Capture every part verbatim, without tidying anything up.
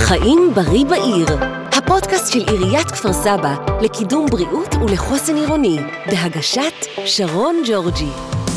חיים בריא בעיר, הפודקאסט של עיריית כפר סבא לקידום בריאות ולחוסן עירוני, בהגשת שרון ג'ורג'י.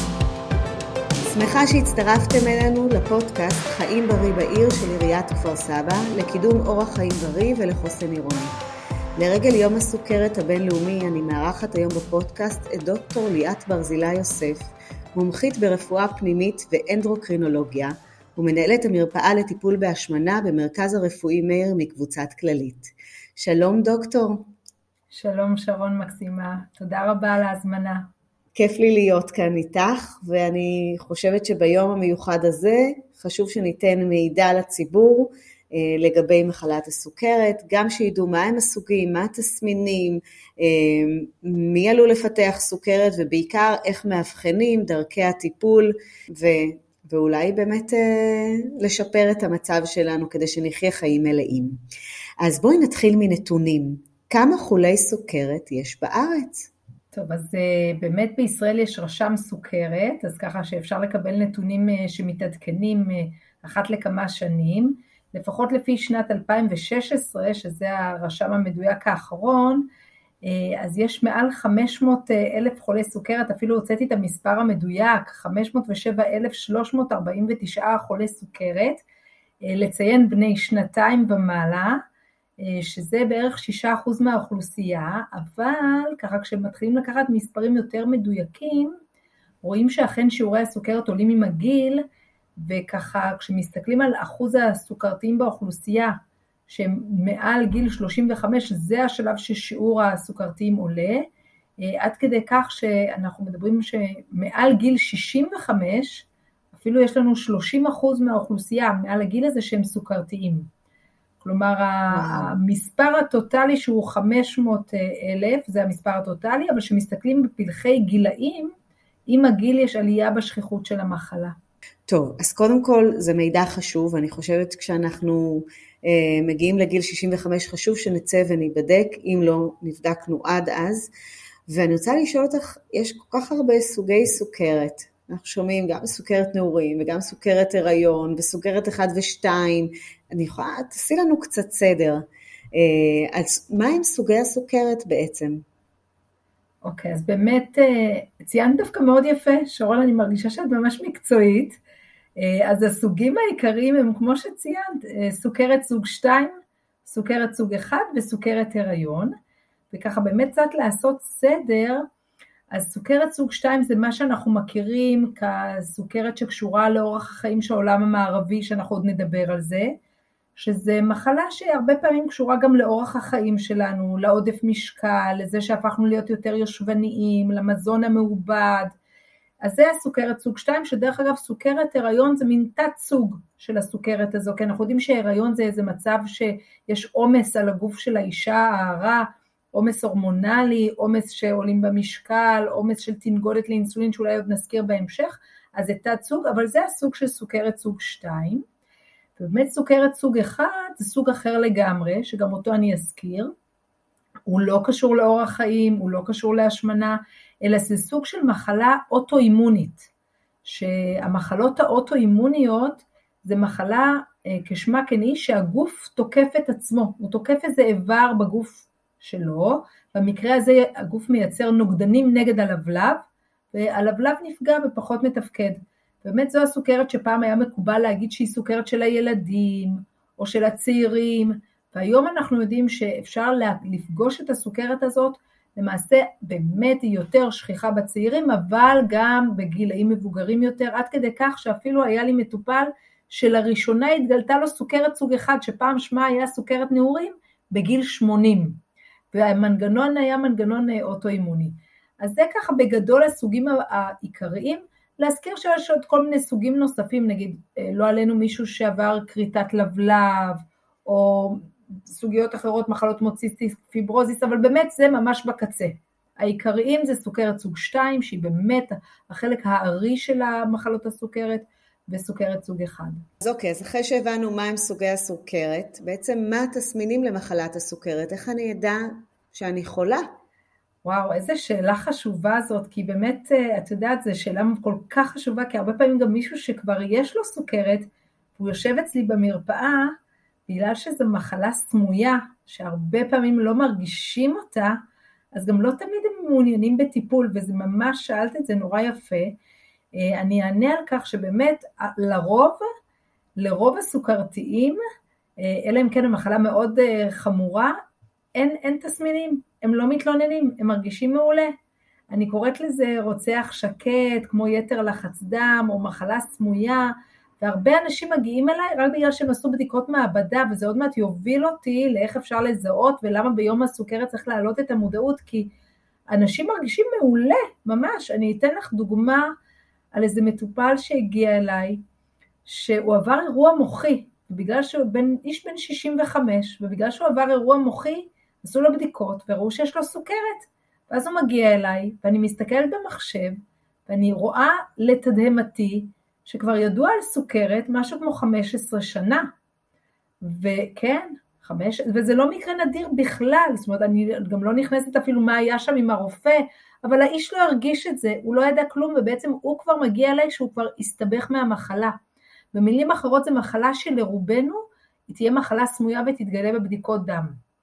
שמחה שהצטרפתם אלינו לפודקאסט חיים בריא בעיר של עיריית כפר סבא לקידום אורח חיים בריא ולחוסן עירוני. לרגל יום הסוכרת הבינלאומי אני מארחת היום בפודקאסט את דוקטור ליאת ברזילי יוסף, מומחית ברפואה פנימית ואנדוקרינולוגיה, ומנהלת המרפאה לטיפול בהשמנה במרכז הרפואי מאיר מקבוצת כללית. שלום דוקטור. שלום שרון מקסימה, תודה רבה על ההזמנה. כיף לי להיות כאן איתך, ואני חושבת שביום המיוחד הזה חשוב שניתן מידע לציבור אה, לגבי מחלת הסוכרת, גם שידעו מה הם הסוגים, מה התסמינים, אה, מי עלול לפתח סוכרת, ובעיקר איך מאבחנים, דרכי הטיפול, ו... ואולי באמת אה, לשפר את המצב שלנו כדי שנחיה חיים מלאים. אז בואי נתחיל מנתונים. כמה חולי סוכרת יש בארץ? טוב, אז uh, באמת בישראל יש רשם סוכרת, אז ככה שאפשר לקבל נתונים uh, שמתעדכנים uh, אחת לכמה שנים, לפחות לפי שנת אלפיים ושש עשרה, שזה הרשם המדויק האחרון, uh, אז יש מעל חמש מאות אלף חולי סוכרת, אפילו הוצאתי את המספר המדויק, חמש מאות ושבע אלף שלוש מאות ארבעים ותשע חולי סוכרת, uh, לציין בני שנתיים ומעלה, שזה בערך שישה אחוז מהאוכלוסייה, אבל ככה כשמתחילים לקחת מספרים יותר מדויקים, רואים שאכן שיעורי הסוכרת עולים עם הגיל, וככה כשמסתכלים על אחוז הסוכרתיים באוכלוסייה, שהם מעל גיל שלושים וחמש, זה השלב ששיעור הסוכרתיים עולה, עד כדי כך שאנחנו מדברים שמעל גיל שישים וחמש, אפילו יש לנו שלושים אחוז מהאוכלוסייה, מעל הגיל הזה שהם סוכרתיים. כלומר, המספר הטוטלי שהוא חמש מאות אלף, זה המספר הטוטלי, אבל שמסתכלים בפלחי גילאים, עם הגיל יש עלייה בשכיחות של המחלה. טוב, אז קודם כל זה מידע חשוב, אני חושבת כשאנחנו אה, מגיעים לגיל שישים וחמש חשוב שנצא ונבדק, אם לא נבדקנו עד אז, ואני רוצה לשאול אותך, יש כל כך הרבה סוגי סוכרת, אנחנו שומעים גם סוכרת נעורים וגם סוכרת הריון וסוכרת אחת ושתיים, אני יכולה, תעשי לנו קצת סדר, אז מה הם סוגי הסוכרת בעצם? אוקיי, אז באמת ציינת דווקא מאוד יפה, שרון, אני מרגישה שאת ממש מקצועית, אז הסוגים העיקריים הם כמו שציינת, סוכרת סוג שתיים, סוכרת סוג אחד וסוכרת הריון, וככה באמת קצת לעשות סדר, אז סוכרת סוג שתיים זה מה שאנחנו מכירים כסוכרת שקשורה לאורח החיים של העולם המערבי, שאנחנו עוד נדבר על זה, שזה מחלה שהרבה פעמים קשורה גם לאורח החיים שלנו, לעודף משקל, לזה שהפכנו להיות יותר יושבניים, למזון המעובד, אז זה הסוכרת סוג שתיים, שדרך אגב סוכרת הריון זה מין תת סוג של הסוכרת הזו, כי אנחנו יודעים שהריון זה איזה מצב שיש עומס על הגוף של האישה ההרה, עומס הורמונלי, עומס שעולים במשקל, עומס של תנגודת לאינסולין שאולי עוד נזכיר בהמשך, אז זה תת סוג, אבל זה הסוג של סוכרת סוג שתיים, ובאמת סוכרת סוג אחד זה סוג אחר לגמרי, שגם אותו אני אזכיר, הוא לא קשור לאורח חיים, הוא לא קשור להשמנה, אלא זה סוג של מחלה אוטואימונית, שהמחלות האוטואימוניות זה מחלה כשמה כן היא שהגוף תוקף את עצמו, הוא תוקף איזה איבר בגוף שלו, במקרה הזה הגוף מייצר נוגדנים נגד הלבלב, והלבלב נפגע ופחות מתפקד. באמת זו הסוכרת שפעם היה מקובל להגיד שהיא סוכרת של הילדים, או של הצעירים, והיום אנחנו יודעים שאפשר לפגוש את הסוכרת הזאת, למעשה באמת היא יותר שכיחה בצעירים, אבל גם בגילאים מבוגרים יותר, עד כדי כך שאפילו היה לי מטופל, שלראשונה התגלתה לו סוכרת סוג אחד, שפעם שמה היה סוכרת נעורים, בגיל שמונים, והמנגנון היה מנגנון אוטואימוני. אז זה ככה בגדול הסוגים העיקריים, להזכיר שיש עוד כל מיני סוגים נוספים, נגיד לא עלינו מישהו שעבר קריטת לבלב, או סוגיות אחרות, מחלות מוציסטיס, פיברוזיס, אבל באמת זה ממש בקצה. העיקריים זה סוכרת סוג שתיים, שהיא באמת החלק הארי של המחלות הסוכרת, וסוכרת סוג אחד. אז אוקיי, אז אחרי שהבנו מה הם סוגי הסוכרת, בעצם מה התסמינים למחלת הסוכרת? איך אני אדע שאני חולה? וואו, איזה שאלה חשובה זאת, כי באמת, את יודעת, זו שאלה כל כך חשובה, כי הרבה פעמים גם מישהו שכבר יש לו סוכרת, הוא יושב אצלי במרפאה, בגלל שזו מחלה סמויה, שהרבה פעמים לא מרגישים אותה, אז גם לא תמיד הם מעוניינים בטיפול, וזה ממש, שאלת את זה נורא יפה, אני אענה על כך שבאמת לרוב, לרוב הסוכרתיים, אלא אם כן המחלה מאוד חמורה, אין, אין תסמינים, הם לא מתלוננים, הם מרגישים מעולה. אני קוראת לזה רוצח שקט, כמו יתר לחץ דם, או מחלה סמויה, והרבה אנשים מגיעים אליי רק בגלל שהם עשו בדיקות מעבדה, וזה עוד מעט יוביל אותי לאיך אפשר לזהות, ולמה ביום הסוכרת צריך להעלות את המודעות, כי אנשים מרגישים מעולה, ממש. אני אתן לך דוגמה על איזה מטופל שהגיע אליי, שהוא עבר אירוע מוחי, ובגלל שהוא בן, איש בן שישים וחמש, ובגלל שהוא עבר אירוע מוחי, עשו לו בדיקות, וראו שיש לו סוכרת, ואז הוא מגיע אליי, ואני מסתכלת במחשב, ואני רואה לתדהמתי, שכבר ידוע על סוכרת, משהו כמו חמש עשרה שנה, וכן, חמש, וזה לא מקרה נדיר בכלל, זאת אומרת, אני גם לא נכנסת אפילו מה היה שם עם הרופא, אבל האיש לא הרגיש את זה, הוא לא ידע כלום, ובעצם הוא כבר מגיע אליי, שהוא כבר הסתבך מהמחלה, במילים אחרות זה מחלה שלרובנו, היא תהיה מחלה סמויה ותתגלה בבדיקות דם,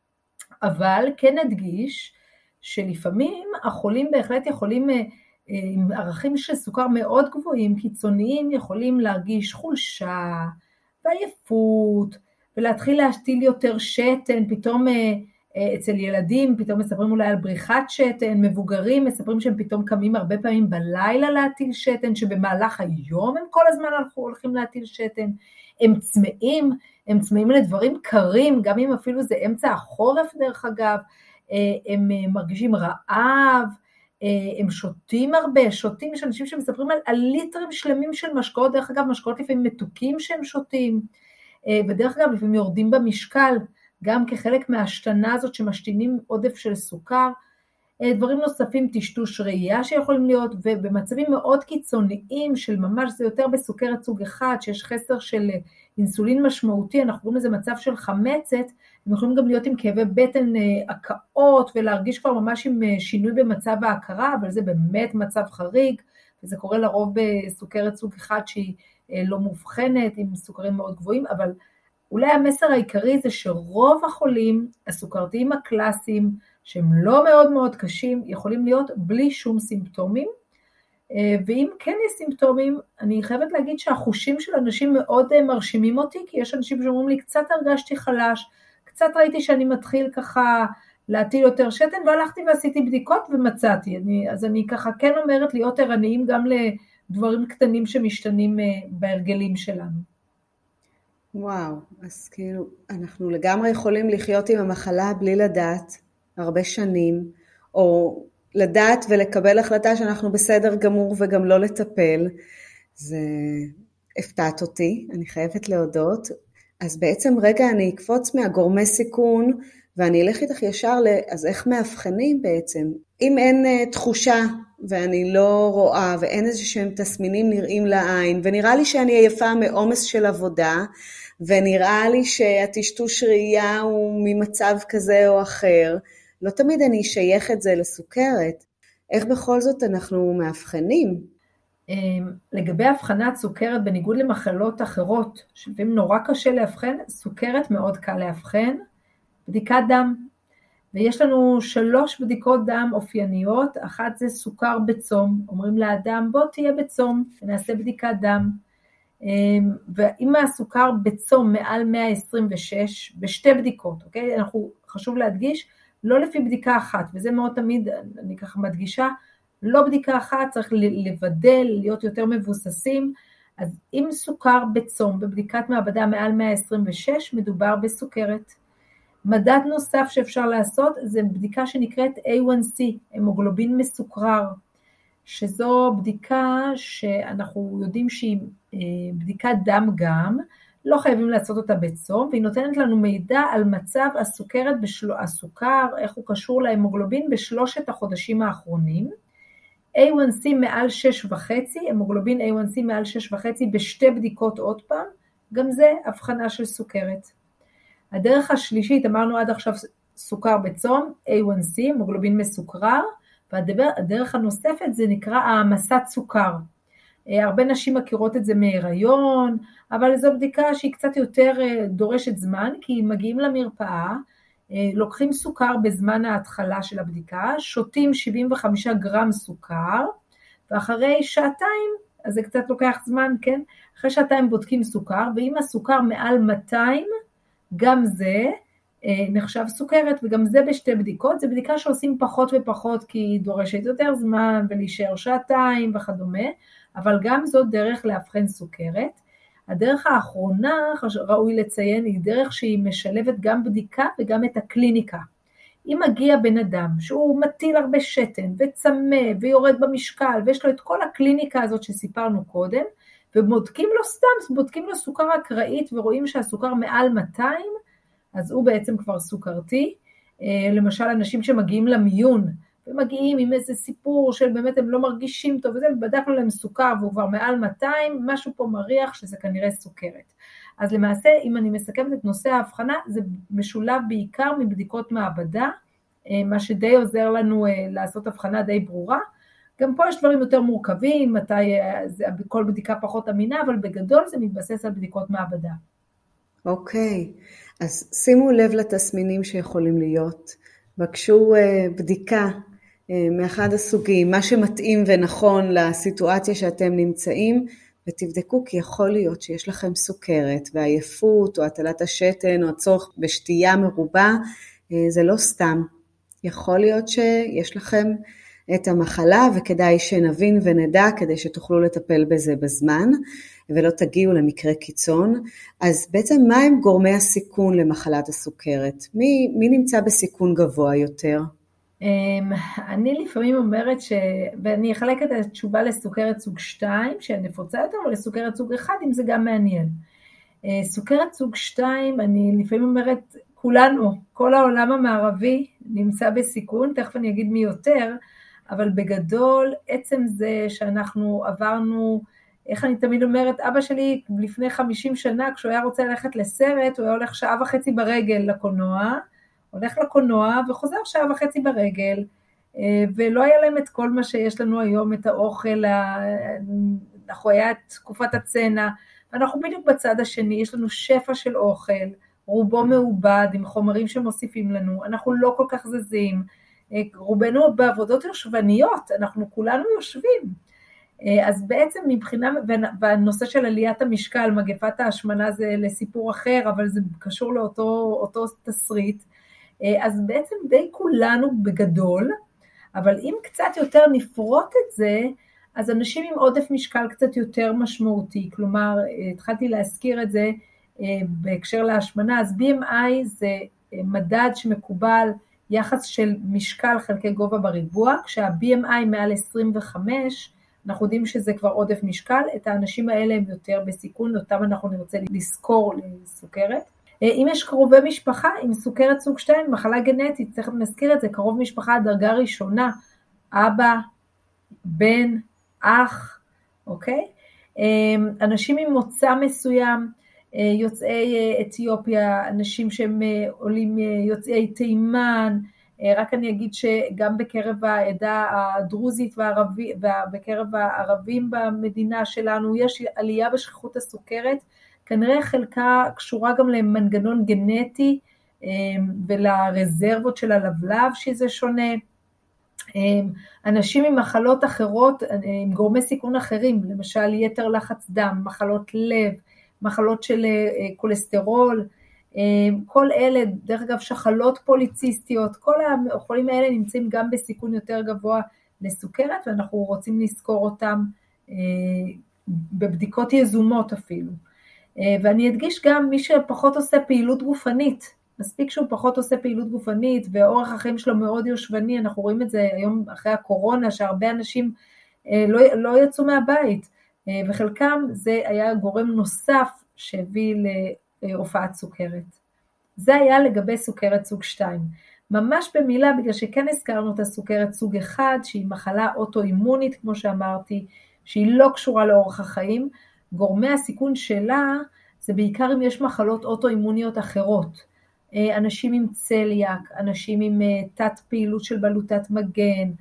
אבל כן נדגיש, שלפעמים החולים בהחלט יכולים, עם ערכים של סוכר מאוד גבוהים, קיצוניים, יכולים להרגיש חולשה, ועייפות, ולהתחיל להשתיל יותר שתן, פתאום אצל ילדים, פתאום מספרים אולי על בריחת שתן, מבוגרים מספרים שהם פתאום קמים הרבה פעמים בלילה להטיל שתן, שבמהלך היום הם כל הזמן הולכים להטיל שתן, הם צמאים, הם צמאים לדברים קרים, גם אם אפילו זה אמצע החורף דרך אגב, הם מרגישים רעב, הם שותים הרבה, שותים, יש אנשים שמספרים על, על ליטרים שלמים של משקאות, דרך אגב משקאות לפעמים מתוקים שהם שותים, ודרך אגב לפעמים יורדים במשקל, גם כחלק מההשתנה הזאת שמשתינים עודף של סוכר, דברים נוספים, טשטוש ראייה שיכולים להיות, ובמצבים מאוד קיצוניים של ממש, זה יותר בסוכרת סוג אחד, שיש חסר של אינסולין משמעותי, אנחנו רואים לזה מצב של חמצת, הם יכולים גם להיות עם כאבי בטן הקאות, ולהרגיש כבר ממש עם שינוי במצב ההכרה, אבל זה באמת מצב חריג, וזה קורה לרוב בסוכרת סוג אחד שהיא לא מובחנת, עם סוכרים מאוד גבוהים, אבל אולי המסר העיקרי זה שרוב החולים, הסוכרתיים הקלאסיים, שהם לא מאוד מאוד קשים, יכולים להיות בלי שום סימפטומים, ואם כן יש סימפטומים, אני חייבת להגיד שהחושים של אנשים מאוד מרשימים אותי, כי יש אנשים שאומרים לי, קצת הרגשתי חלש, קצת ראיתי שאני מתחיל ככה להטיל יותר שתן, והלכתי ועשיתי בדיקות ומצאתי, אני, אז אני ככה כן אומרת להיות ערניים גם לדברים קטנים שמשתנים בהרגלים שלנו. וואו, אז כאילו, אנחנו לגמרי יכולים לחיות עם המחלה בלי לדעת, הרבה שנים, או לדעת ולקבל החלטה שאנחנו בסדר גמור וגם לא לטפל, זה הפתעת אותי, אני חייבת להודות, אז בעצם רגע אני אקפוץ מהגורמי סיכון, ואני אלך איתך ישר ל... אז איך מאבחנים בעצם? אם אין uh, תחושה ואני לא רואה ואין איזה שהם תסמינים נראים לעין, ונראה לי שאני עייפה מעומס של עבודה, ונראה לי שהטשטוש ראייה הוא ממצב כזה או אחר, לא תמיד אני אשייך את זה לסוכרת. איך בכל זאת אנחנו מאבחנים? לגבי הבחנת סוכרת, בניגוד למחלות אחרות, שלפעמים נורא קשה להבחן, סוכרת מאוד קל להבחן, בדיקת דם. ויש לנו שלוש בדיקות דם אופייניות, אחת זה סוכר בצום, אומרים לאדם בוא תהיה בצום, ונעשה בדיקת דם. ואם הסוכר בצום מעל מאה עשרים ושש, בשתי בדיקות, אוקיי? אנחנו חשוב להדגיש, לא לפי בדיקה אחת, וזה מאוד תמיד, אני ככה מדגישה, לא בדיקה אחת, צריך לבדל, להיות יותר מבוססים, אז אם סוכר בצום, בבדיקת מעבדה מעל מאה עשרים ושש, מדובר בסוכרת. מדד נוסף שאפשר לעשות, זה בדיקה שנקראת איי וואן סי, המוגלובין מסוכרר, שזו בדיקה שאנחנו יודעים שהיא בדיקת דם גם, לא חייבים לעשות אותה בצום, והיא נותנת לנו מידע על מצב הסוכרת, בשל... הסוכר, איך הוא קשור להמוגלובין בשלושת החודשים האחרונים, איי וואן סי מעל שש וחצי, המוגלובין איי וואן סי מעל שש וחצי בשתי בדיקות עוד פעם, גם זה הבחנה של סוכרת. הדרך השלישית, אמרנו עד עכשיו סוכר בצום, איי וואן סי, המוגלובין מסוכרר, והדרך הנוספת זה נקרא העמסת סוכר, הרבה נשים מכירות את זה מהיריון, אבל זו בדיקה שהיא קצת יותר דורשת זמן, כי מגיעים למרפאה, לוקחים סוכר בזמן ההתחלה של הבדיקה, שותים שבעים וחמישה גרם סוכר, ואחרי שעתיים, אז זה קצת לוקח זמן, כן? אחרי שעתיים בודקים סוכר, ואם הסוכר מעל מאתיים, גם זה נחשב סוכרת, וגם זה בשתי בדיקות, זה בדיקה שעושים פחות ופחות, כי היא דורשת יותר זמן, ולהישאר שעתיים וכדומה, אבל גם זאת דרך להבחן סוכרת. הדרך האחרונה, ראוי לציין, היא דרך שהיא משלבת גם בדיקה וגם את הקליניקה. אם מגיע בן אדם שהוא מטיל הרבה שתן וצמא ויורד במשקל, ויש לו את כל הקליניקה הזאת שסיפרנו קודם, ובודקים לו סתם, בודקים לו סוכר אקראית ורואים שהסוכר מעל מאתיים, אז הוא בעצם כבר סוכרתי. למשל אנשים שמגיעים למיון, ומגיעים עם איזה סיפור של באמת הם לא מרגישים טוב, וזה, ובדקנו להם סוכר והוא כבר מעל מאתיים, משהו פה מריח שזה כנראה סוכרת. אז למעשה, אם אני מסכמת את נושא ההבחנה, זה משולב בעיקר מבדיקות מעבדה, מה שדי עוזר לנו לעשות הבחנה די ברורה. גם פה יש דברים יותר מורכבים, מתי כל בדיקה פחות אמינה, אבל בגדול זה מתבסס על בדיקות מעבדה. אוקיי, אז שימו לב לתסמינים שיכולים להיות. בקשו בדיקה מאחד הסוגים, מה שמתאים ונכון לסיטואציה שאתם נמצאים, ותבדקו כי יכול להיות שיש לכם סוכרת, ועייפות או הטלת השתן או הצורך בשתייה מרובה, זה לא סתם. יכול להיות שיש לכם את המחלה, וכדאי שנבין ונדע כדי שתוכלו לטפל בזה בזמן, ולא תגיעו למקרה קיצון. אז בעצם מה הם גורמי הסיכון למחלת הסוכרת? מי, מי נמצא בסיכון גבוה יותר? אני לפעמים אומרת ש... ואני אחלק את התשובה לסוכרת סוג שתיים, שנפוצה יותר, או לסוכרת סוג אחד, אם זה גם מעניין. סוכרת סוג שתיים, אני לפעמים אומרת, כולנו, כל העולם המערבי נמצא בסיכון, תכף אני אגיד מי יותר, אבל בגדול, עצם זה שאנחנו עברנו, איך אני תמיד אומרת, אבא שלי לפני חמישים שנה, כשהוא היה רוצה ללכת לסרט, הוא היה הולך שעה וחצי ברגל לקולנוע, הולך לקולנוע וחוזר שעה וחצי ברגל, ולא היה להם את כל מה שיש לנו היום, את האוכל, אנחנו היה את תקופת הצנע, ואנחנו בדיוק בצד השני, יש לנו שפע של אוכל, רובו מעובד עם חומרים שמוסיפים לנו, אנחנו לא כל כך זזים, רובנו בעבודות יושבניות, אנחנו כולנו יושבים, אז בעצם מבחינה, והנושא של עליית המשקל, מגפת ההשמנה זה לסיפור אחר, אבל זה קשור לאותו אותו תסריט, אז בעצם די כולנו בגדול, אבל אם קצת יותר נפרוט את זה, אז אנשים עם עודף משקל קצת יותר משמעותי, כלומר, התחלתי להזכיר את זה בהקשר להשמנה, אז בי אם איי זה מדד שמקובל יחס של משקל חלקי גובה בריבוע, כשה-בי אם איי מעל עשרים וחמש, אנחנו יודעים שזה כבר עודף משקל, את האנשים האלה הם יותר בסיכון, אותם אנחנו נרצה לזכור לסוכרת. אם יש קרובי משפחה עם סוכרת סוג שתיים, מחלה גנטית, צריך נזכיר את זה, קרוב משפחה דרגה ראשונה, אבא, בן, אח, אוקיי? אנשים עם מוצא מסוים, יוצאי אתיופיה, אנשים שהם עולים יוצאי תימן, רק אני אגיד שגם בקרב העדה הדרוזית והערבי, ובקרב הערבים במדינה שלנו, יש עלייה בשכיחות הסוכרת, כנראה חלקה קשורה גם למנגנון גנטי, ולרזרבות של הלבלב שזה שונה, אנשים עם מחלות אחרות, עם גורמי סיכון אחרים, למשל יתר לחץ דם, מחלות לב, מחלות של קולסטרול, כל אלה, דרך אגב שחלות פוליציסטיות, כל החולים האלה נמצאים גם בסיכון יותר גבוה לסוכרת, ואנחנו רוצים לזכור אותם בבדיקות יזומות אפילו. ואני אדגיש גם מי שפחות עושה פעילות גופנית, מספיק שהוא פחות עושה פעילות גופנית, ואורך החיים שלו מאוד יושבני, אנחנו רואים את זה היום אחרי הקורונה, שהרבה אנשים לא, לא יצאו מהבית, וחלקם זה היה גורם נוסף שהביא להופעת סוכרת. זה היה לגבי סוכרת סוג שתיים. ממש במילה, בגלל שכן הזכרנו את הסוכרת סוג אחד, שהיא מחלה אוטואימונית, כמו שאמרתי, שהיא לא קשורה לאורך החיים, גורמי הסיכון שלה, זה בעיקר אם יש מחלות אוטואימוניות אחרות, אנשים עם צליאק, אנשים עם תת פעילות של בלוטת מגן,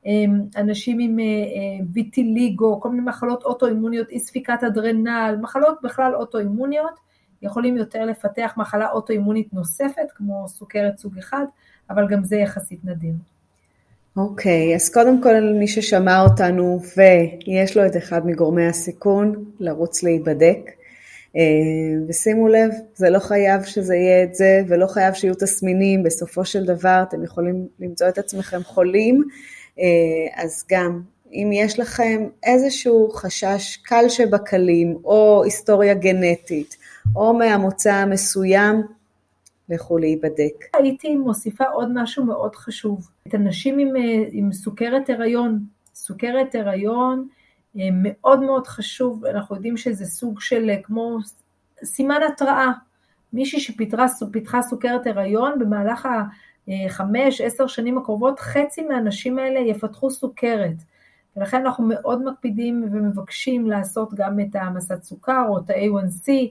אנשים עם ויטיליגו, כל מיני מחלות אוטואימוניות, אי ספיקת אדרנל, מחלות בכלל אוטואימוניות, יכולים יותר לפתח מחלה אוטואימונית נוספת, כמו סוכרת סוג אחד, אבל גם זה יחסית נדיר. אוקיי, אז קודם כל מי ששמע אותנו ויש לו את אחד מגורמי הסיכון, לרוץ להיבדק, ושימו לב, זה לא חייב שזה יהיה את זה, ולא חייב שיהיו תסמינים, בסופו של דבר אתם יכולים למצוא את עצמכם חולים, אז גם אם יש לכם איזשהו חשש קל שבקלים, או היסטוריה גנטית, או מהמוצא המסוים, לכו להיבדק. הייתי מוסיפה עוד משהו מאוד חשוב, את אנשים עם, עם סוכרת הריון, סוכרת הריון מאוד מאוד חשוב, אנחנו יודעים שזה סוג של כמו סימן התראה, מישהי שפיתחה סוכרת הריון במהלך החמש, עשר שנים הקרובות, חצי מהאנשים האלה יפתחו סוכרת, ולכן אנחנו מאוד מקפידים ומבקשים לעשות גם את המסת סוכר או את ה-איי וואן סי,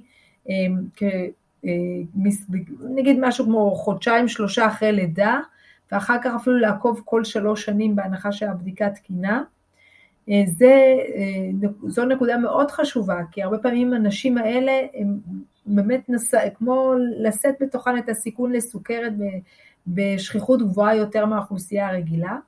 נגיד משהו כמו חודשיים שלושה אחרי לידה, ואחר כך אפילו לעקוב כל שלוש שנים בהנחה שהבדיקה תקינה. זה, זו נקודה מאוד חשובה, כי הרבה פעמים הנשים האלה הם באמת נסע, כמו לשאת בתוכן את הסיכון לסוכרת בשכיחות גבוהה יותר מהאוכלוסייה הרגילה.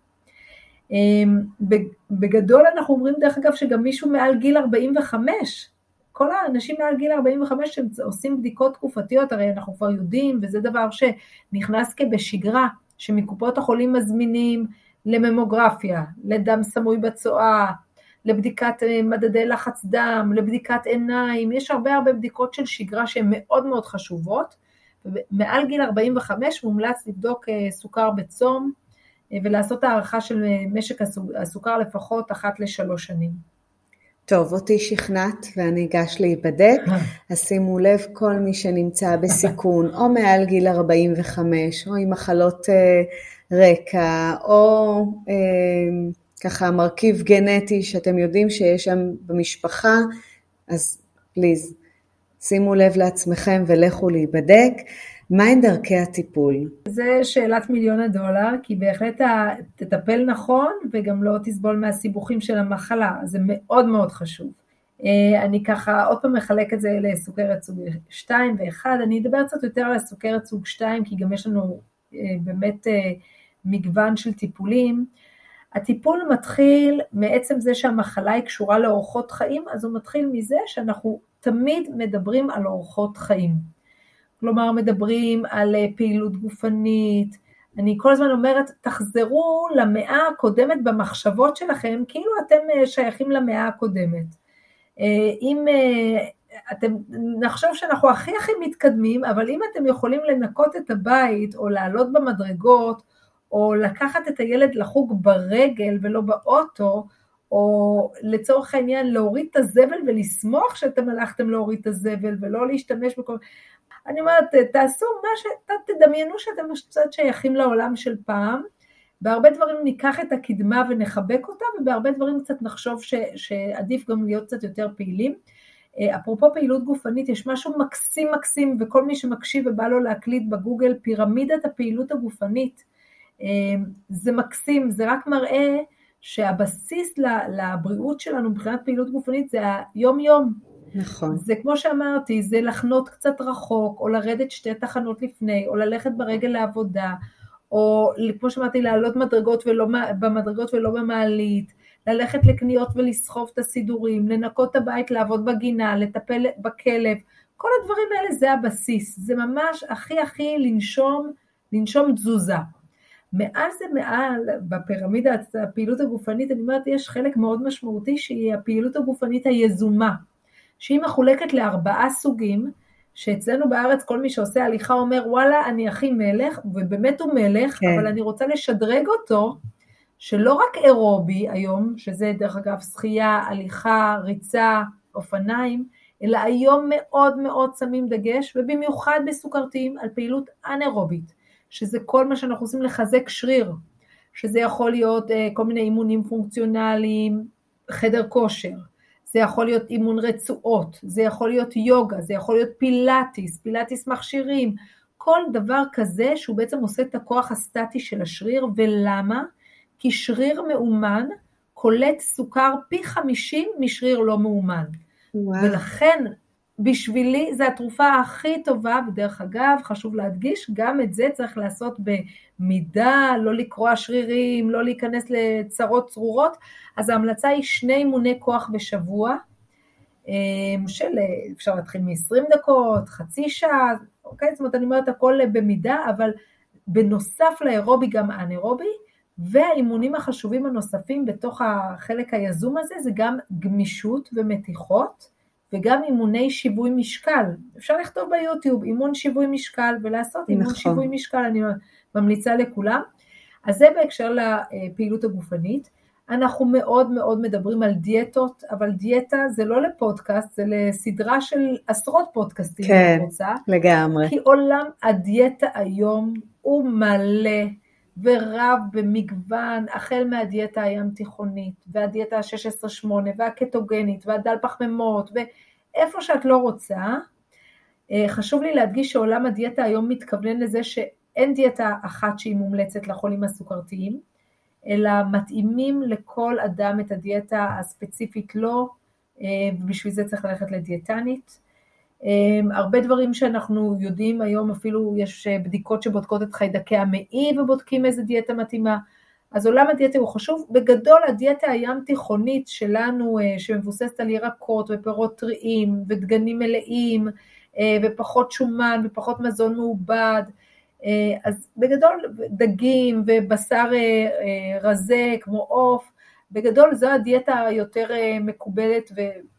בגדול אנחנו אומרים דרך אגב שגם מישהו מעל גיל ארבעים וחמש, כל האנשים מעל גיל ארבעים וחמש שהם עושים בדיקות תקופתיות, הרי אנחנו כבר יודעים, וזה דבר שנכנס כבשגרה, שמקופות החולים מזמינים לממוגרפיה, לדם סמוי בצואה, לבדיקת מדדי לחץ דם, לבדיקת עיניים, יש הרבה הרבה בדיקות של שגרה שהן מאוד מאוד חשובות, ומעל גיל ארבעים וחמש מומלץ לבדוק סוכר בצום, ולעשות הערכה של משק הסוכר לפחות אחת לשלוש שנים. טוב, אותי שכנעת ואני אגש להיבדק, אז שימו לב כל מי שנמצא בסיכון, או מעל גיל ארבעים וחמש, או עם מחלות רקע, או ככה מרכיב גנטי שאתם יודעים שיש שם במשפחה, אז פליז, שימו לב לעצמכם ולכו להיבדק. מהן דרכי הטיפול? זה שאלת מיליון הדולר, כי בהחלט תטפל נכון וגם לא תסבול מהסיבוכים של המחלה, זה מאוד מאוד חשוב. אני ככה עוד פעם מחלק את זה לסוכרת סוג שתיים ו-אחד, אני אדבר קצת יותר על הסוכרת סוג שתיים, כי גם יש לנו באמת מגוון של טיפולים. הטיפול מתחיל מעצם זה שהמחלה היא קשורה לאורחות חיים, אז הוא מתחיל מזה שאנחנו תמיד מדברים על אורחות חיים. כלומר, מדברים על פעילות גופנית, אני כל הזמן אומרת, תחזרו למאה הקודמת במחשבות שלכם, כאילו אתם שייכים למאה הקודמת. אם אתם, נחשוב שאנחנו הכי הכי מתקדמים, אבל אם אתם יכולים לנקות את הבית, או לעלות במדרגות, או לקחת את הילד לחוג ברגל ולא באוטו, או לצורך העניין להוריד את הזבל ולשמוח שאתם הלכתם להוריד את הזבל, ולא להשתמש בכל... אני אומרת, תעשו מה ש... תדמיינו שאתם קצת שייכים לעולם של פעם, בהרבה דברים ניקח את הקדמה ונחבק אותה, ובהרבה דברים קצת נחשוב ש... שעדיף גם להיות קצת יותר פעילים. אפרופו פעילות גופנית, יש משהו מקסים מקסים, וכל מי שמקשיב ובא לו להקליט בגוגל, פירמידת הפעילות הגופנית, זה מקסים, זה רק מראה שהבסיס לבריאות שלנו מבחינת פעילות גופנית זה היום יום. נכון. זה כמו שאמרתי, זה לחנות קצת רחוק, או לרדת שתי תחנות לפני, או ללכת ברגל לעבודה, או כמו שאמרתי, לעלות מדרגות ולא, במדרגות ולא במעלית, ללכת לקניות ולסחוב את הסידורים, לנקות את הבית, לעבוד בגינה, לטפל בכלב, כל הדברים האלה זה הבסיס, זה ממש הכי הכי לנשום, לנשום תזוזה. מעל זה מעל, בפירמידה הפעילות הגופנית, אני אומרת, יש חלק מאוד משמעותי שהיא הפעילות הגופנית היזומה, שהיא מחולקת לארבעה סוגים, שאצלנו בארץ כל מי שעושה הליכה אומר, וואלה, אני הכי מלך, ובאמת הוא מלך, כן. אבל אני רוצה לשדרג אותו, שלא רק אירובי היום, שזה דרך אגב שחייה, הליכה, ריצה, אופניים, אלא היום מאוד מאוד שמים דגש, ובמיוחד בסוכרתיים, על פעילות אנאירובית, שזה כל מה שאנחנו עושים לחזק שריר, שזה יכול להיות אה, כל מיני אימונים פונקציונליים, חדר כושר, זה יכול להיות אימון רצועות, זה יכול להיות יוגה, זה יכול להיות פילאטיס, פילאטיס מכשירים, כל דבר כזה שהוא בעצם עושה את הכוח הסטטי של השריר, ולמה? כי שריר מאומן קולט סוכר פי חמישים משריר לא מאומן. וואו. ולכן בשבילי זה התרופה הכי טובה, בדרך אגב, חשוב להדגיש, גם את זה צריך לעשות במידה, לא לקרוע שרירים, לא להיכנס לצרות צרורות, אז ההמלצה היא שני אימוני כוח בשבוע, של אפשר להתחיל מ-עשרים דקות, חצי שעה, אוקיי? זאת אומרת, אני אומרת הכל במידה, אבל בנוסף לאירובי גם אנאירובי, והאימונים החשובים הנוספים בתוך החלק היזום הזה, זה גם גמישות ומתיחות, וגם אימוני שיווי משקל. אפשר לכתוב ביוטיוב, אימון שיווי משקל, ולעשות אימון נכון. שיווי משקל, אני ממליצה לכולם. אז זה בהקשר לפעילות הגופנית. אנחנו מאוד מאוד מדברים על דיאטות, אבל דיאטה זה לא לפודקאסט, זה לסדרה של עשרות פודקאסטים. כן, אני רוצה, לגמרי. כי עולם הדיאטה היום הוא מלא, ורב במגוון, החל מהדיאטה הים תיכונית, והדיאטה ה-שש עשרה שמונה, והקטוגנית, והדל פחמימות, ואיפה שאת לא רוצה, חשוב לי להדגיש שעולם הדיאטה היום מתכוון לזה שאין דיאטה אחת שהיא מומלצת לחולים הסוכרתיים, אלא מתאימים לכל אדם את הדיאטה הספציפית לו, ובשביל זה צריך ללכת לדיאטנית. הרבה דברים שאנחנו יודעים היום, אפילו יש בדיקות שבודקות את חיידקי המעי ובודקים איזה דיאטה מתאימה, אז עולם הדיאטה הוא חשוב. בגדול הדיאטה הים תיכונית שלנו שמבוססת על ירקות ופירות טריים ודגנים מלאים ופחות שומן ופחות מזון מעובד, אז בגדול דגים ובשר רזה כמו עוף, בגדול זו הדיאטה היותר מקובלת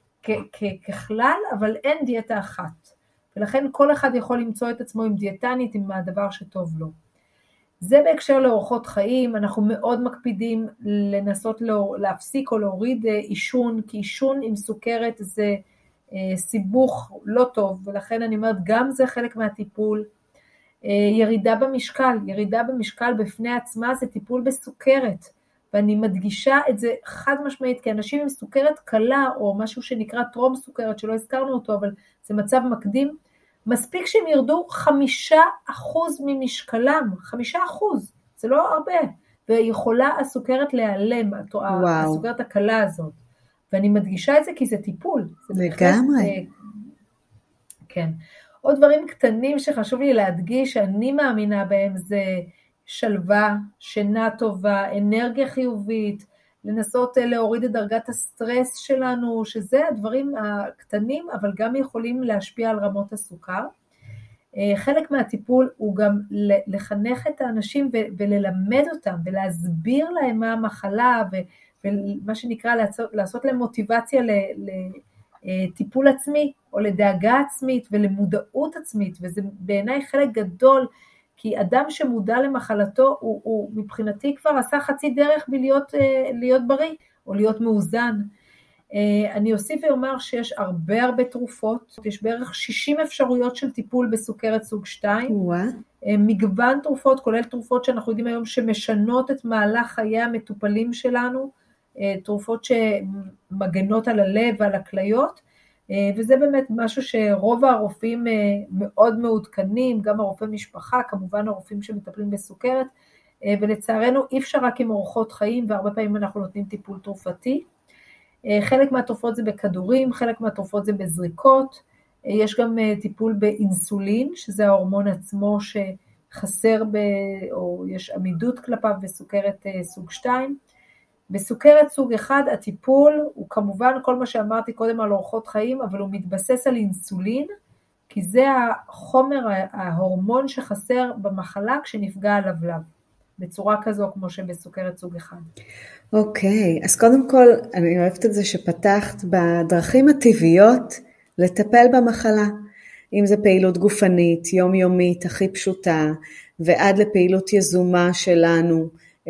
וככלל, אבל אין דיאטה אחת, ולכן כל אחד יכול למצוא את עצמו עם דיאטנית, עם הדבר שטוב לו. זה בהקשר לאורחות חיים, אנחנו מאוד מקפידים לנסות להפסיק או להוריד עישון, כי עישון עם סוכרת זה סיבוך לא טוב, ולכן אני אומרת גם זה חלק מהטיפול. ירידה במשקל, ירידה במשקל בפני עצמה זה טיפול בסוכרת, ואני מדגישה את זה חד משמעית, כי אנשים עם סוכרת קלה, או משהו שנקרא טרום סוכרת, שלא הזכרנו אותו, אבל זה מצב מקדים, מספיק שהם ירדו חמישה אחוז ממשקלם, חמישה אחוז, זה לא הרבה, ויכולה הסוכרת להיעלם, הסוכרת הקלה הזאת, ואני מדגישה את זה כי זה טיפול. זה לגמרי. כן. עוד דברים קטנים שחשוב לי להדגיש, שאני מאמינה בהם, זה שלווה, שינה טובה, אנרגיה חיובית, לנסות להוריד את דרגת הסטרס שלנו, שזה הדברים הקטנים, אבל גם יכולים להשפיע על רמות הסוכר. חלק מהטיפול הוא גם לחנך את האנשים וללמד אותם, ולהסביר להם מה המחלה, ומה שנקרא לעשות, לעשות להם מוטיבציה לטיפול עצמי, או לדאגה עצמית ולמודעות עצמית, וזה בעיניי חלק גדול, כי אדם שמודע למחלתו, הוא, הוא מבחינתי כבר עשה חצי דרך בלהיות להיות בריא, או להיות מאוזן. אני אוסיף ואומר שיש הרבה הרבה תרופות, יש בערך שישים אפשרויות של טיפול בסוכרת סוג שתיים, מגוון תרופות, כולל תרופות שאנחנו יודעים היום שמשנות את מהלך חיי המטופלים שלנו, תרופות שמגנות על הלב ועל הכליות, וזה באמת משהו שרוב הרופאים מאוד מעודכנים, גם הרופאי משפחה, כמובן הרופאים שמטפלים בסוכרת, ולצערנו אי אפשר רק עם אורחות חיים, והרבה פעמים אנחנו נותנים טיפול תרופתי. חלק מהתרופות זה בכדורים, חלק מהתרופות זה בזריקות, יש גם טיפול באינסולין, שזה ההורמון עצמו שחסר, ב, או יש עמידות כלפיו בסוכרת סוג שתיים, בסוכרת סוג אחד הטיפול הוא כמובן כל מה שאמרתי קודם על אורחות חיים, אבל הוא מתבסס על אינסולין, כי זה החומר, ההורמון שחסר במחלה כשנפגע הלבלב, בצורה כזו כמו שבסוכרת סוג אחד. אוקיי, אז קודם כל אני אוהבת את זה שפתחת בדרכים הטבעיות לטפל במחלה, אם זה פעילות גופנית, יומיומית, הכי פשוטה, ועד לפעילות יזומה שלנו,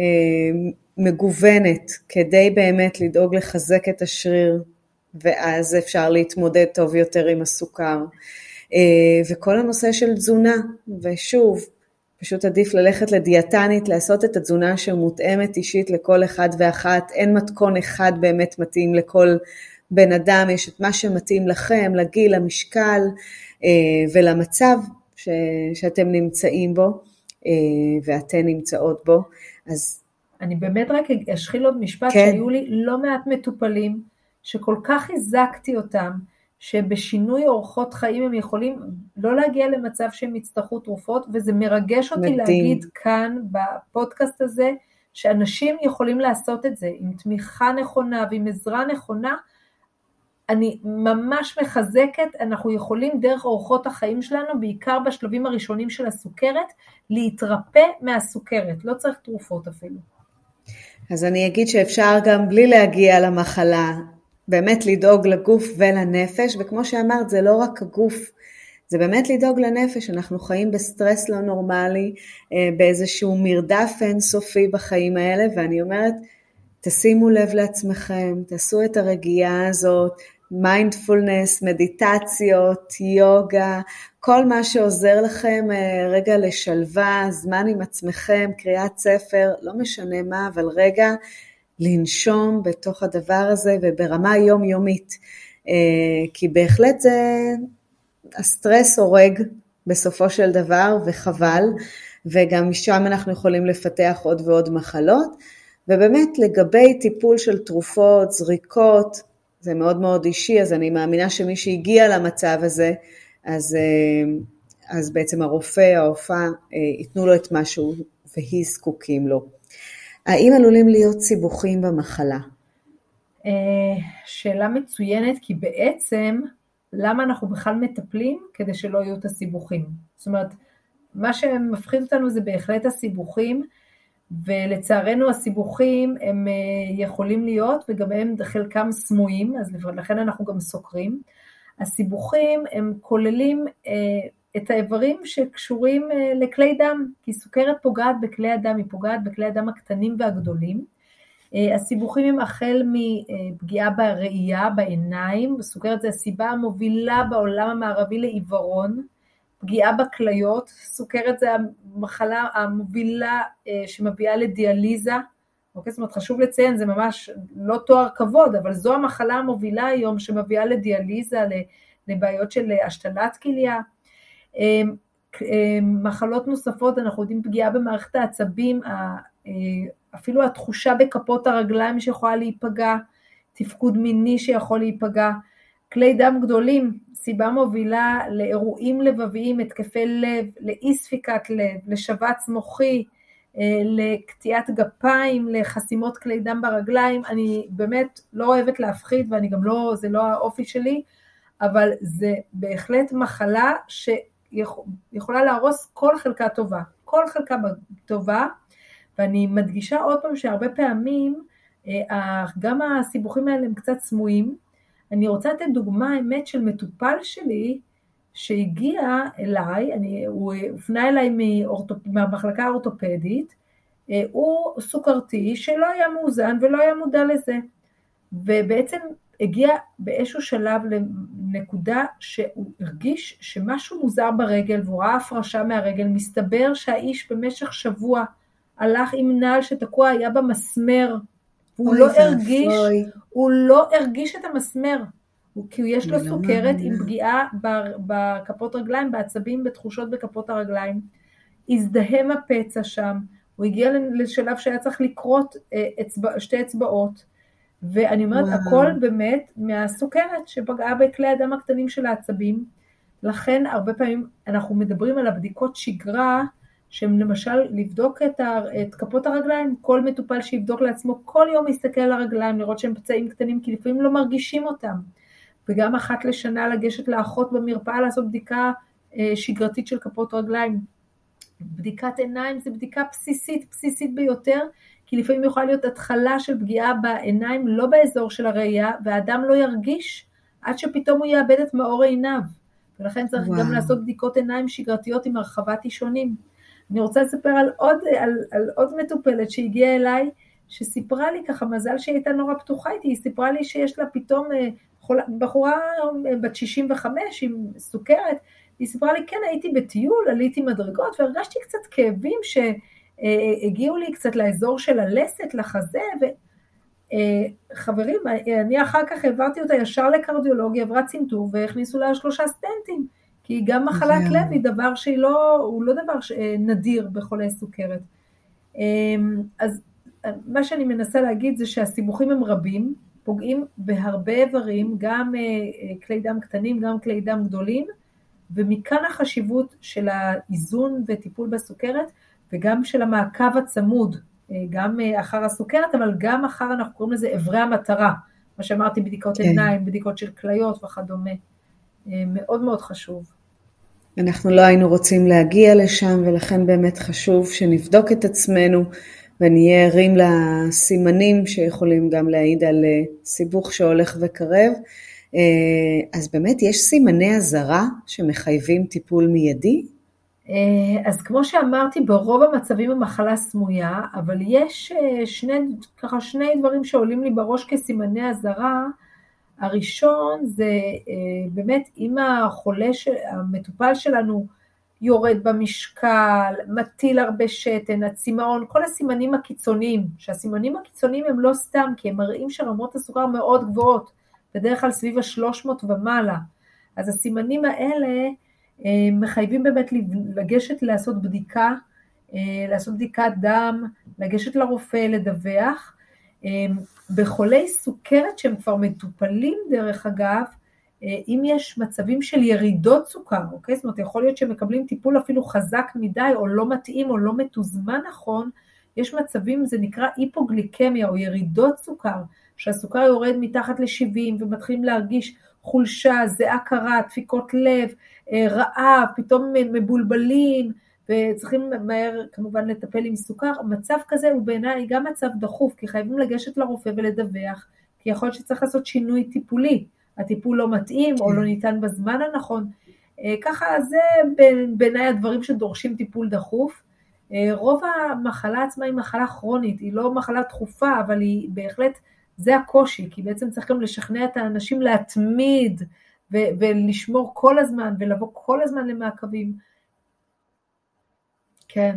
מגוונת, כדי באמת לדאוג לחזק את השריר, ואז אפשר להתמודד טוב יותר עם הסוכר. וכל הנושא של תזונה, ושוב, פשוט עדיף ללכת לדיאטנית, לעשות את התזונה שמותאמת אישית לכל אחד ואחת, אין מתכון אחד באמת מתאים לכל בן אדם, יש את מה שמתאים לכם, לגיל, למשקל, ולמצב ש- שאתם נמצאים בו, ואתן נמצאות בו, אז אני באמת רק אשחיל עוד משפט, כן. שהיו לי לא מעט מטופלים, שכל כך חיזקתי אותם, שבשינוי אורחות חיים הם יכולים לא להגיע למצב שהם יצטרכו תרופות, וזה מרגש אותי מדהים. להגיד כאן בפודקאסט הזה, שאנשים יכולים לעשות את זה, עם תמיכה נכונה ועם עזרה נכונה, אני ממש מחזקת, אנחנו יכולים דרך אורחות החיים שלנו, בעיקר בשלבים הראשונים של הסוכרת, להתרפא מהסוכרת, לא צריך תרופות אפילו. אז אני אגיד שאפשר גם בלי להגיע למחלה, באמת לדאוג לגוף ולנפש, וכמו שאמרת, זה לא רק הגוף, זה באמת לדאוג לנפש, אנחנו חיים בסטרס לא נורמלי, באיזשהו מרדף אינסופי בחיים האלה, ואני אומרת, תשימו לב לעצמכם, תעשו את הרגיעה הזאת, מיינדפולנס, מדיטציות, יוגה, כל מה שעוזר לכם רגע לשלווה, זמן עם עצמכם, קריאת ספר, לא משנה מה, אבל רגע לנשום בתוך הדבר הזה וברמה יומיומית, כי בהחלט זה, הסטרס הורג בסופו של דבר וחבל, וגם משם אנחנו יכולים לפתח עוד ועוד מחלות, ובאמת לגבי טיפול של תרופות, זריקות, זה מאוד מאוד אישי, אז אני מאמינה שמי שהגיע למצב הזה, אז, אז בעצם הרופא, הרופאה, ייתנו לו את משהו והיא זקוקים לו. האם עלולים להיות סיבוכים במחלה? שאלה מצוינת, כי בעצם למה אנחנו בכלל מטפלים כדי שלא יהיו את הסיבוכים? זאת אומרת, מה שמפחיד אותנו זה בהחלט הסיבוכים, ולצערנו הסיבוכים הם יכולים להיות, וגם הם חלקם סמויים, אז לכן אנחנו גם סוקרים. הסיבוכים הם כוללים את האיברים שקשורים לכלי דם, כי סוכרת פוגעת בכלי הדם, היא פוגעת בכלי הדם הקטנים והגדולים. הסיבוכים הם החל מפגיעה בראייה, בעיניים, סוכרת זה הסיבה המובילה בעולם המערבי לעיוורון, פגיעה בכליות, סוכרת זה המחלה המובילה שמביאה לדיאליזה, אוקיי? זאת אומרת, חשוב לציין, זה ממש לא תואר כבוד, אבל זו המחלה המובילה היום שמביאה לדיאליזה, לבעיות של השתלת כליה. מחלות נוספות, אנחנו יודעים פגיעה במערכת העצבים, אפילו התחושה בכפות הרגליים שיכולה להיפגע, תפקוד מיני שיכול להיפגע, כלי דם גדולים, סיבה מובילה לאירועים לבביים, התקפי לב, לאי ספיקת לב, לשבץ מוחי, לקטיעת גפיים, לחסימות כלי דם ברגליים. אני באמת לא אוהבת להפחיד, ואני גם לא, זה לא האופי שלי, אבל זה בהחלט מחלה שיכולה להרוס כל חלקה טובה, כל חלקה טובה, ואני מדגישה עוד פעם שהרבה פעמים, גם הסיבוכים האלה הם קצת סמויים. אני רוצה לתת דוגמה, האמת, של מטופל שלי, שהגיע אליי, אני, הוא הופנה אליי מאורטופ, מהמחלקה האורטופדית, הוא סוכרתי שלא היה מאוזן ולא היה מודע לזה, ובעצם הגיע באיזשהו שלב לנקודה שהוא הרגיש שמשהו מוזר ברגל, והוא ראה הפרשה מהרגל, מסתבר שהאיש במשך שבוע הלך עם נעל שתקוע היה במסמר, הוא לא הרגיש, הוא לא הרגיש את המסמר, כי יש לו סוכרת עם פגיעה בכפות רגליים, בעצבים, בתחושות בכפות הרגליים, הזדהם הפצע שם, הוא הגיע לשלב שהיה צריך לקרות שתי אצבעות, ואני אומרת, הכל באמת מהסוכרת שפגעה בכלי הדם הקטנים של העצבים, לכן הרבה פעמים אנחנו מדברים על הבדיקות שגרה, שהם למשל לבדוק את, ה, את כפות הרגליים, כל מטופל שיבדוק לעצמו, כל יום יסתכל על הרגליים, לראות שהם פצעים קטנים, כי לפעמים לא מרגישים אותם, וגם אחת לשנה לגשת לאחות במרפאה, לעשות בדיקה אה, שגרתית של כפות רגליים. בדיקת עיניים זה בדיקה בסיסית, בסיסית ביותר, כי לפעמים יכולה להיות התחלה של פגיעה בעיניים, לא באזור של הראייה, והאדם לא ירגיש, עד שפתאום הוא יאבד את מאור עיניו, ולכן צריך וואו. גם לעשות בדיקות עיניים שגרתיות עם הרחבת אישונים. אני רוצה לספר על עוד, על, על עוד מטופלת שהגיעה אליי, שסיפרה לי ככה, מזל שהיא הייתה נורא פתוחה איתי, היא סיפרה לי שיש לה פתאום בחורה בת שישים וחמש עם סוכרת, היא סיפרה לי, כן, הייתי בטיול, עליתי מדרגות, והרגשתי קצת כאבים שהגיעו לי קצת לאזור של הלסת, לחזה, וחברים, אני אחר כך העברתי אותה ישר לקרדיולוגיה, עברה צנתור, והכניסו לה שלושה סטנטים, כי גם מחלת לב היא דבר שהיא לא, הוא לא דבר נדיר בחולי סוכרת. אז מה שאני מנסה להגיד זה שהסיבוכים הם רבים, פוגעים בהרבה איברים, גם כלי דם קטנים, גם כלי דם גדולים, ומכאן החשיבות של האיזון וטיפול בסוכרת, וגם של המעקב הצמוד, גם אחר הסוכרת, אבל גם אחר, אנחנו קוראים לזה עברי המטרה, מה שאמרתי, בדיקות כן. עיניים, בדיקות של כליות וכדומה, מאוד מאוד חשוב. אנחנו לא היינו רוצים להגיע לשם, ולכן באמת חשוב שנבדוק את עצמנו, ונהיה ערים לסימנים שיכולים גם להעיד על סיבוך שהולך וקרב. אז באמת יש סימני הזרה שמחייבים טיפול מיידי? אז כמו שאמרתי, ברוב המצבים המחלה סמויה, אבל יש שני, ככה שני דברים שעולים לי בראש כסימני הזרה. הראשון זה באמת אם החולה, המטופל שלנו יורד במשקל, מטיל הרבה שתן, הצמאון, כל הסימנים הקיצוניים, שהסימנים הקיצוניים הם לא סתם, כי הם מראים שרמות הסוכר מאוד גבוהות, בדרך כלל סביב ה-שלוש מאות ומעלה. אז הסימנים האלה מחייבים באמת לגשת לעשות בדיקה, לעשות בדיקת דם, לגשת לרופא, לדווח. בחולי סוכרת שהם כבר מטופלים דרך אגב, אם יש מצבים של ירידות סוכר, אוקיי? זאת אומרת, יכול להיות שמקבלים טיפול אפילו חזק מדי, או לא מתאים, או לא מתוזמן נכון, יש מצבים, זה נקרא היפוגליקמיה, או ירידות סוכר, שהסוכר יורד מתחת ל-שבעים, ומתחילים להרגיש חולשה, זיעה קרה, דפיקות לב, רעב, פתאום מבולבלים, וצריכים מהר כמובן לטפל עם סוכר. מצב כזה הוא בעיניי גם מצב דחוף, כי חייבים לגשת לרופא ולדווח, כי יכול להיות שצריך לעשות שינוי טיפולי, הטיפול לא מתאים או לא ניתן בזמן הנכון, ככה זה בעיניי הדברים שדורשים טיפול דחוף. רוב המחלה עצמה היא מחלה כרונית, היא לא מחלה דחופה, אבל היא בהחלט, זה הקושי, כי בעצם צריך גם לשכנע את האנשים להתמיד, ו- ולשמור כל הזמן, ולבוא כל הזמן למעקבים. כן.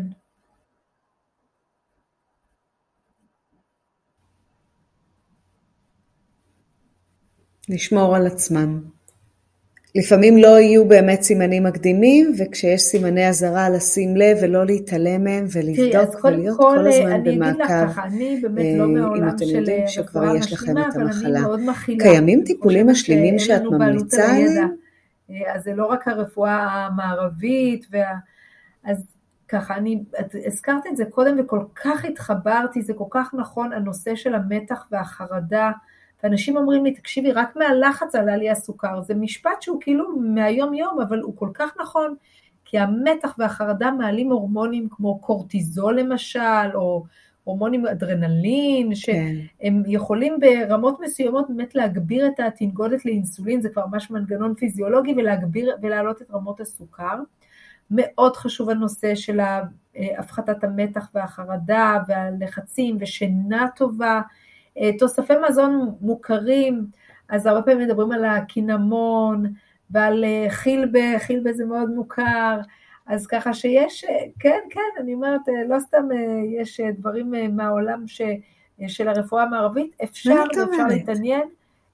לשמור על עצמם. לפעמים לא יהיו באמת סימנים מקדימים, וכשיש סימני הזרה לשים לב ולא להתעלם מהם ולבדוק ולהיות כל, כל הזמן במעקב עם התלמידים שכבר יש לכם את המחלה. קיימים טיפולים משלימים שאת ממליצה עליהם? אז זה לא רק הרפואה המערבית, וה... אז ככה, אני הזכרתי את זה קודם וכל כך התחברתי, זה כל כך נכון, הנושא של המתח והחרדה, ואנשים אומרים לי, תקשיבי, רק מהלחץ עלה לי הסוכר, זה משפט שהוא כאילו מהיום יום, אבל הוא כל כך נכון, כי המתח והחרדה מעלים הורמונים כמו קורטיזול למשל, או הורמונים אדרנלין, שהם יכולים ברמות מסוימות באמת להגביר את התנגודת לאינסולין, זה כבר ממש מנגנון פיזיולוגי, ולהגביר ולהעלות את רמות הסוכר. מאוד חשוב הנושא של הפחתת המתח והחרדה, והלחצים ושינה טובה, תוספי מזון מוכרים, אז הרבה פעמים מדברים על הקינמון, ועל חילבה, חילבה זה מאוד מוכר, אז ככה שיש, כן, כן, אני אומרת, לא סתם יש דברים מהעולם ש, של הרפואה המערבית, אפשר, אפשר להתעניין.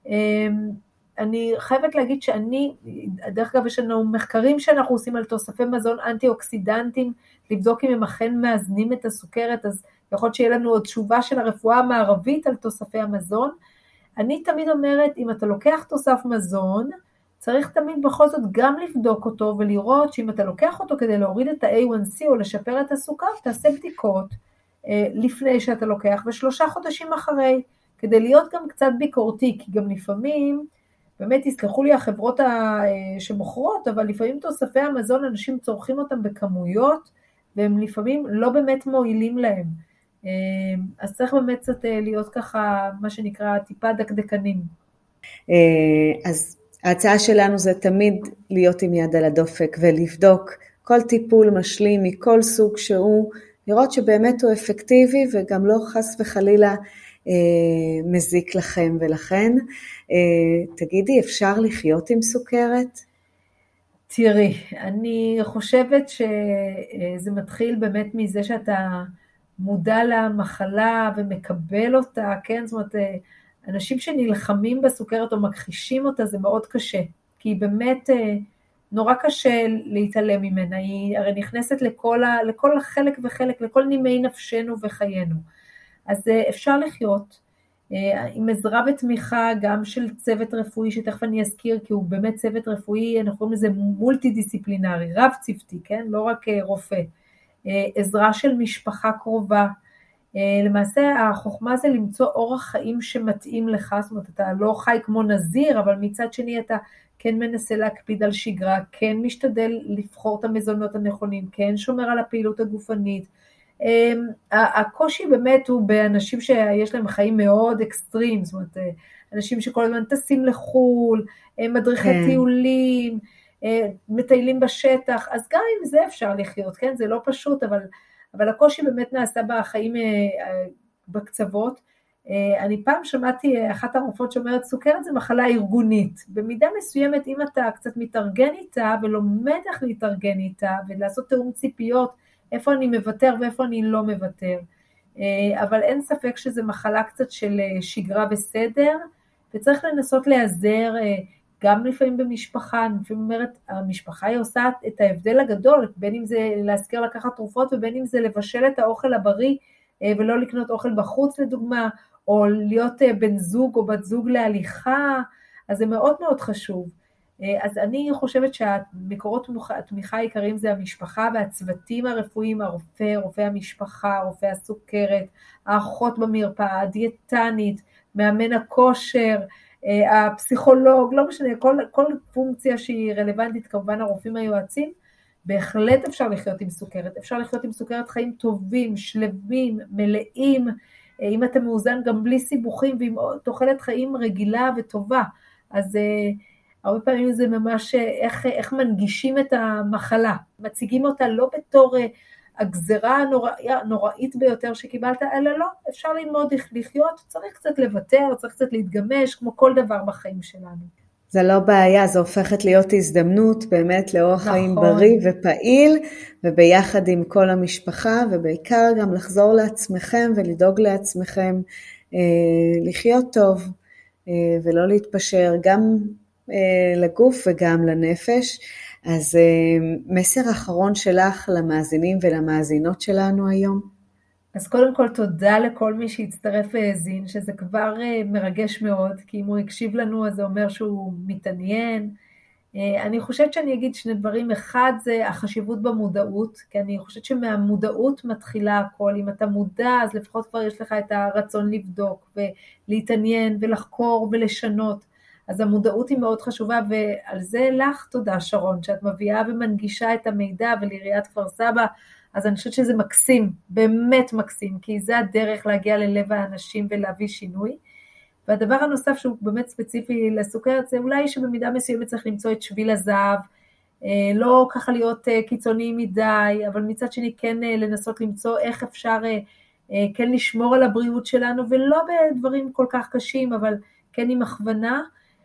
אני חייבת להגיד שאני, דרך אגב יש לנו מחקרים שאנחנו עושים על תוספי מזון אנטי-אוקסידנטים, לבדוק אם הם אכן מאזנים את הסוכרת, אז יכול להיות שיהיה לנו עוד תשובה של הרפואה המערבית על תוספי המזון. אני תמיד אומרת, אם אתה לוקח תוסף מזון, צריך תמיד בכל זאת גם לבדוק אותו, ולראות שאם אתה לוקח אותו כדי להוריד את ה-איי וואן סי או לשפר את הסוכר, תעשה בדיקות אה, לפני שאתה לוקח, ושלושה חודשים אחרי, כדי להיות גם קצת ביקורתי, כי גם לפעמים, באמת יסלחו לי החברות שמוכרות, אבל לפעמים תוספי המזון, אנשים צורכים אותם בכמויות, והם לפעמים לא באמת מועילים להם. אז צריך באמת קצת להיות ככה, מה שנקרא, טיפה דקדקנים. אז ההצעה שלנו זה תמיד להיות עם יד על הדופק, ולבדוק כל טיפול משלים מכל סוג שהוא, לראות שבאמת הוא אפקטיבי, וגם לא חס וחלילה מזיק לכם ולכן. תגידי, אפשר לחיות עם סוכרת? תראי, אני חושבת שזה מתחיל באמת מזה שאתה מודע למחלה ומקבל אותה, כן? זאת אומרת, אנשים שנלחמים בסוכרת או מכחישים אותה, זה מאוד קשה, כי באמת נורא קשה להתעלם ממנה, היא הרי נכנסת לכל, ה, לכל חלק וחלק, לכל נימי נפשנו וחיינו. אז אפשר לחיות עם עזרה ותמיכה גם של צוות רפואי, שתכף אני אזכיר, כי הוא באמת צוות רפואי, אנחנו קוראים לזה מולטי דיסציפלינרי, רב צוותי, כן? לא רק רופא. עזרה של משפחה קרובה. למעשה החוכמה זה למצוא אורח חיים שמתאים לך, זאת אומרת אתה לא חי כמו נזיר, אבל מצד שני אתה כן מנסה להקפיד על שגרה, כן משתדל לבחור את המזונות הנכונים, כן שומר על הפעילות הגופנית. הקושי באמת הוא באנשים שיש להם חיים מאוד אקסטרים, זאת אומרת אנשים שכל הזמן טסים לחול, מדריכי טיולים, מטיילים בשטח, אז גם עם זה אפשר לחיות, כן? זה לא פשוט, אבל, אבל הקושי באמת נעשה בחיים בקצוות. אני פעם שמעתי אחת הרופאות שאומרת, סוכרת זה מחלה ארגונית, במידה מסוימת אם אתה קצת מתארגן איתה ולומד איך להתארגן איתה ולעשות תאום ציפיות, איפה אני מוותר ואיפה אני לא מוותר, אבל אין ספק שזה מחלה קצת של שגרה וסדר, וצריך לנסות להיעזר גם לפעמים במשפחה. אני לפעמים אומרת, המשפחה היא עושה את ההבדל הגדול, בין אם זה להזכיר לקחת תרופות, ובין אם זה לבשל את האוכל הבריא, ולא לקנות אוכל בחוץ לדוגמה, או להיות בן זוג או בת זוג להליכה, אז זה מאוד מאוד חשוב. אז אני חושבת שהמקורות התמיכה העיקריים זה המשפחה והצוותים הרפואיים, הרופא, רופא המשפחה, רופא הסוכרת, האחות במרפאה, הדיאטנית, מאמן הכושר, הפסיכולוג, לא משנה, כל, כל פונקציה שהיא רלוונטית, כמובן הרופאים היועצים, בהחלט אפשר לחיות עם סוכרת, אפשר לחיות עם סוכרת חיים טובים, שלבים, מלאים, אם אתה מאוזן גם בלי סיבוכים, ועם תוחלת חיים רגילה וטובה, אז הרבה פעמים זה ממש איך, איך מנגישים את המחלה, מציגים אותה לא בתור הגזרה הנוראית, הנוראית ביותר שקיבלת, אלא לא, אפשר ללמוד לחיות, צריך קצת לוותר, צריך קצת להתגמש, כמו כל דבר בחיים שלנו. זה לא בעיה, זה הופכת להיות הזדמנות באמת לאורח נכון. חיים בריא ופעיל, וביחד עם כל המשפחה, ובעיקר גם לחזור לעצמכם ולדאוג לעצמכם, אה, לחיות טוב אה, ולא להתפשר גם אה, לגוף וגם לנפש. אז אה, מסר אחרון שלך למאזינים ולמאזינות שלנו היום? אז קודם כל תודה לכל מי שהצטרף והאזין, שזה כבר מרגש מאוד, כי אם הוא הקשיב לנו אז זה אומר שהוא מתעניין. אני חושבת שאני אגיד שני דברים, אחד זה החשיבות במודעות, כי אני חושבת שמהמודעות מתחילה הכל, אם אתה מודע אז לפחות כבר יש לך את הרצון לבדוק ולהתעניין ולחקור ולשנות, אז המודעות היא מאוד חשובה, ועל זה לך תודה שרון, שאת מביאה ומנגישה את המידע ולעיריית כפר סבא, אז אני חושבת שזה מקסים, באמת מקסים, כי זה הדרך להגיע ללב האנשים ולהביא שינוי. והדבר הנוסף שהוא באמת ספציפי לסוכרת, זה אולי שבמידה מסוימת צריך למצוא את שביל הזהב, לא ככה להיות קיצוני מדי, אבל מצד שני כן לנסות למצוא איך אפשר כן לשמור על הבריאות שלנו, ולא בדברים כל כך קשים, אבל כן עם הכוונה.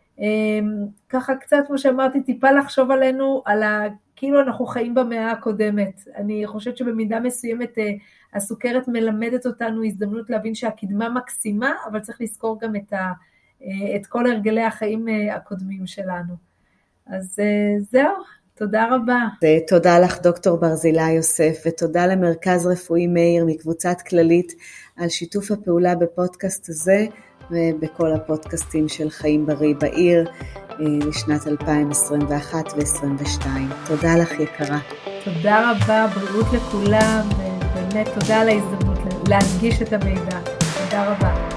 ככה קצת, כמו שאמרתי, טיפה לחשוב עלינו, על ה... כאילו אנחנו חיים במאה הקודמת. אני חושבת שבמידה מסוימת הסוכרת מלמדת אותנו הזדמנות להבין שהקדמה מקסימה, אבל צריך לזכור גם את, ה, את כל הרגלי החיים הקודמים שלנו. אז זהו, תודה רבה. תודה לך דוקטור ברזילי יוסף, ותודה למרכז רפואי מאיר מקבוצת כללית על שיתוף הפעולה בפודקאסט הזה, ובכל הפודקאסטים של חיים בריא בעיר, לשנת אלפיים עשרים ואחת ו-עשרים ושתיים. תודה לך יקרה. תודה רבה, בריאות לכולם, ובאמת תודה על ההזדמנות להנגיש את המידע. תודה רבה.